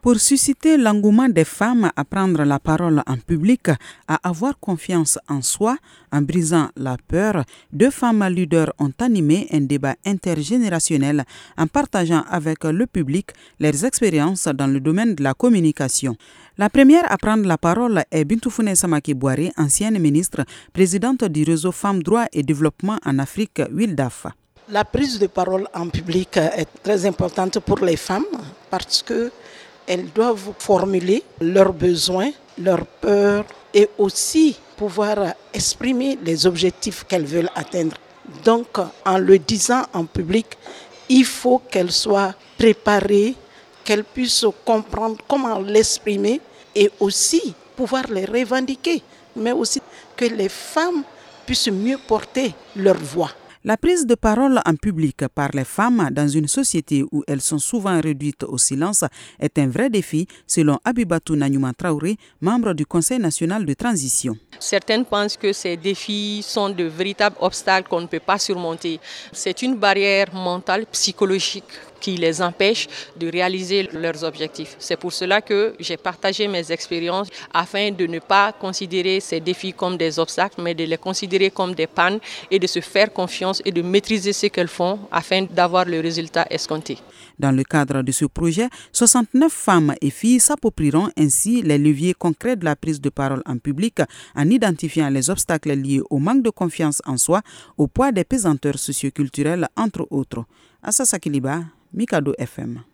Pour susciter l'engouement des femmes à prendre la parole en public, à avoir confiance en soi, en brisant la peur, 2 femmes leaders ont animé un débat intergénérationnel en partageant avec le public leurs expériences dans le domaine de la communication. La première à prendre la parole est Bintou Samaki Bouare, ancienne ministre, présidente du réseau Femmes, Droits et Développement en Afrique, WILDAF. La prise de parole en public est très importante pour les femmes parce qu'elles doivent formuler leurs besoins, leurs peurs et aussi pouvoir exprimer les objectifs qu'elles veulent atteindre. Donc, en le disant en public, il faut qu'elles soient préparées, qu'elles puissent comprendre comment l'exprimer et aussi pouvoir les revendiquer, mais aussi que les femmes puissent mieux porter leur voix. La prise de parole en public par les femmes dans une société où elles sont souvent réduites au silence est un vrai défi, selon Abibatou Nanyuma Traoré, membre du Conseil national de transition. Certaines pensent que ces défis sont de véritables obstacles qu'on ne peut pas surmonter. C'est une barrière mentale, psychologique qui les empêche de réaliser leurs objectifs. C'est pour cela que j'ai partagé mes expériences afin de ne pas considérer ces défis comme des obstacles, mais de les considérer comme des pannes et de se faire confiance et de maîtriser ce qu'elles font afin d'avoir le résultat escompté. Dans le cadre de ce projet, 69 femmes et filles s'approprieront ainsi les leviers concrets de la prise de parole en public en identifiant les obstacles liés au manque de confiance en soi, au poids des pesanteurs socioculturelles, entre autres. Assa Sakiliba, Mikado FM.